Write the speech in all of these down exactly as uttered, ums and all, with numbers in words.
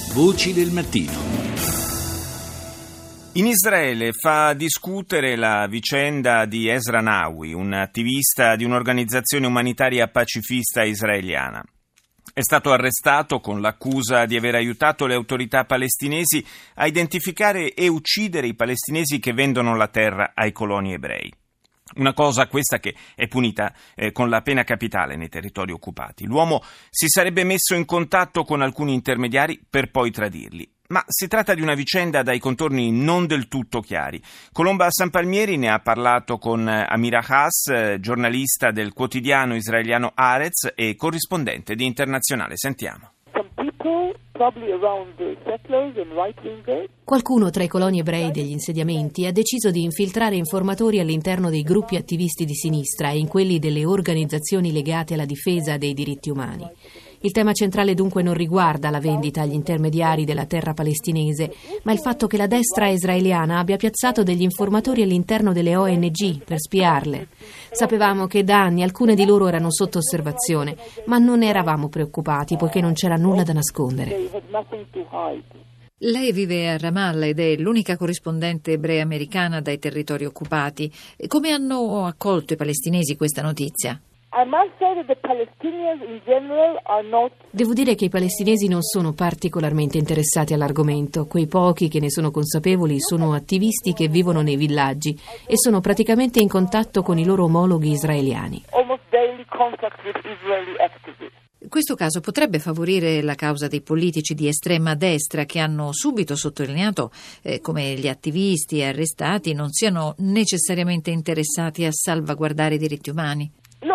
Voci del mattino. In Israele fa discutere la vicenda di Ezra Nawi, un attivista di un'organizzazione umanitaria pacifista israeliana. È stato arrestato con l'accusa di aver aiutato le autorità palestinesi a identificare e uccidere i palestinesi che vendono la terra ai coloni ebrei. Una cosa questa che è punita eh, con la pena capitale nei territori occupati. L'uomo si sarebbe messo in contatto con alcuni intermediari per poi tradirli. Ma si tratta di una vicenda dai contorni non del tutto chiari. Colomba Sanpalmieri ne ha parlato con Amira Haas, giornalista del quotidiano israeliano Haaretz e corrispondente di Internazionale. Sentiamo. Qualcuno tra i coloni ebrei degli insediamenti ha deciso di infiltrare informatori all'interno dei gruppi attivisti di sinistra e in quelli delle organizzazioni legate alla difesa dei diritti umani. Il tema centrale dunque non riguarda la vendita agli intermediari della terra palestinese, ma il fatto che la destra israeliana abbia piazzato degli informatori all'interno delle O N G per spiarle. Sapevamo che da anni alcune di loro erano sotto osservazione, ma non ne eravamo preoccupati poiché non c'era nulla da nascondere. Lei vive a Ramallah ed è l'unica corrispondente ebrea americana dai territori occupati. Come hanno accolto i palestinesi questa notizia? Devo dire che i palestinesi non sono particolarmente interessati all'argomento. Quei pochi che ne sono consapevoli sono attivisti che vivono nei villaggi e sono praticamente in contatto con i loro omologhi israeliani. Questo caso potrebbe favorire la causa dei politici di estrema destra che hanno subito sottolineato eh, come gli attivisti arrestati non siano necessariamente interessati a salvaguardare i diritti umani.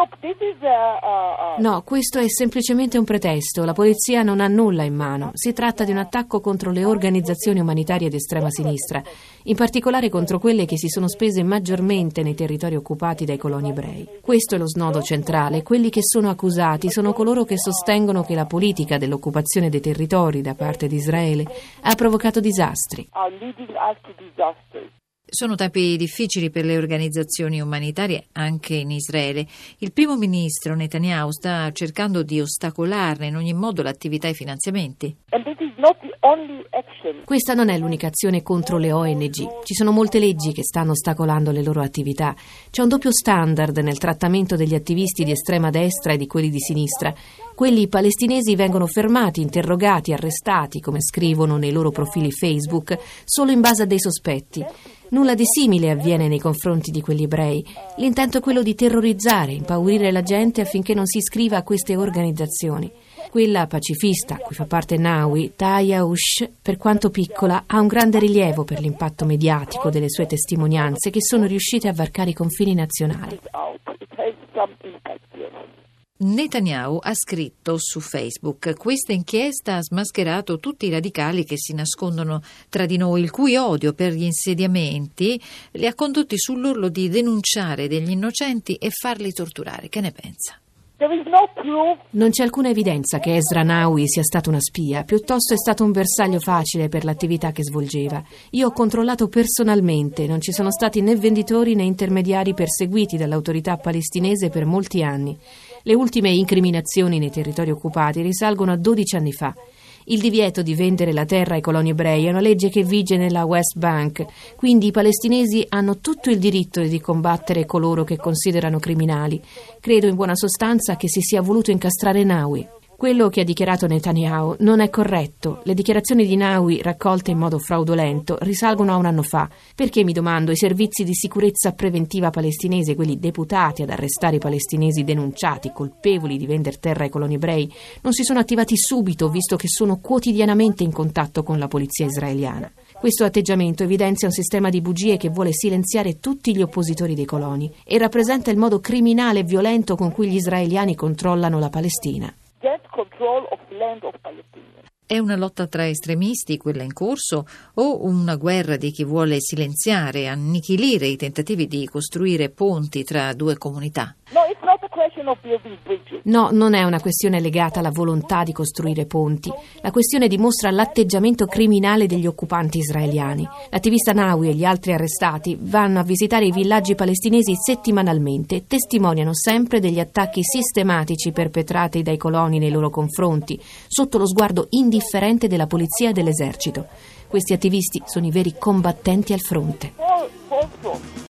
No, questo è semplicemente un pretesto. La polizia non ha nulla in mano. Si tratta di un attacco contro le organizzazioni umanitarie d'estrema sinistra, in particolare contro quelle che si sono spese maggiormente nei territori occupati dai coloni ebrei. Questo è lo snodo centrale. Quelli che sono accusati sono coloro che sostengono che la politica dell'occupazione dei territori da parte di Israele ha provocato disastri. Sono tempi difficili per le organizzazioni umanitarie anche in Israele. Il primo ministro Netanyahu sta cercando di ostacolarne in ogni modo l'attività e i finanziamenti. Questa non è l'unica azione contro le O N G. Ci sono molte leggi che stanno ostacolando le loro attività. C'è un doppio standard nel trattamento degli attivisti di estrema destra e di quelli di sinistra. Quelli palestinesi vengono fermati, interrogati, arrestati, come scrivono nei loro profili Facebook, solo in base a dei sospetti. Nulla di simile avviene nei confronti di quelli ebrei. L'intento è quello di terrorizzare, impaurire la gente affinché non si iscriva a queste organizzazioni. Quella pacifista, a cui fa parte Nawi, Taya Ush, per quanto piccola, ha un grande rilievo per l'impatto mediatico delle sue testimonianze che sono riuscite a varcare i confini nazionali. Netanyahu ha scritto su Facebook: questa inchiesta ha smascherato tutti i radicali che si nascondono tra di noi, il cui odio per gli insediamenti li ha condotti sull'orlo di denunciare degli innocenti e farli torturare. Che ne pensa? Non c'è alcuna evidenza che Ezra Nawi sia stato una spia, piuttosto è stato un bersaglio facile per l'attività che svolgeva. Io ho controllato personalmente, non ci sono stati né venditori né intermediari perseguiti dall'autorità palestinese per molti anni. Le ultime incriminazioni nei territori occupati risalgono a dodici anni fa. Il divieto di vendere la terra ai coloni ebrei è una legge che vige nella West Bank, quindi i palestinesi hanno tutto il diritto di combattere coloro che considerano criminali. Credo in buona sostanza che si sia voluto incastrare Nawi. Quello che ha dichiarato Netanyahu non è corretto. Le dichiarazioni di Nawi, raccolte in modo fraudolento, risalgono a un anno fa. Perché, mi domando, i servizi di sicurezza preventiva palestinese, quelli deputati ad arrestare i palestinesi denunciati, colpevoli di vendere terra ai coloni ebrei, non si sono attivati subito, visto che sono quotidianamente in contatto con la polizia israeliana? Questo atteggiamento evidenzia un sistema di bugie che vuole silenziare tutti gli oppositori dei coloni e rappresenta il modo criminale e violento con cui gli israeliani controllano la Palestina. È una lotta tra estremisti, quella in corso, o una guerra di chi vuole silenziare e annichilire i tentativi di costruire ponti tra due comunità? No, non è una questione legata alla volontà di costruire ponti. La questione dimostra l'atteggiamento criminale degli occupanti israeliani. L'attivista Nawi e gli altri arrestati vanno a visitare i villaggi palestinesi settimanalmente e testimoniano sempre degli attacchi sistematici perpetrati dai coloni nei loro confronti, sotto lo sguardo indifferente della polizia e dell'esercito. Questi attivisti sono i veri combattenti al fronte.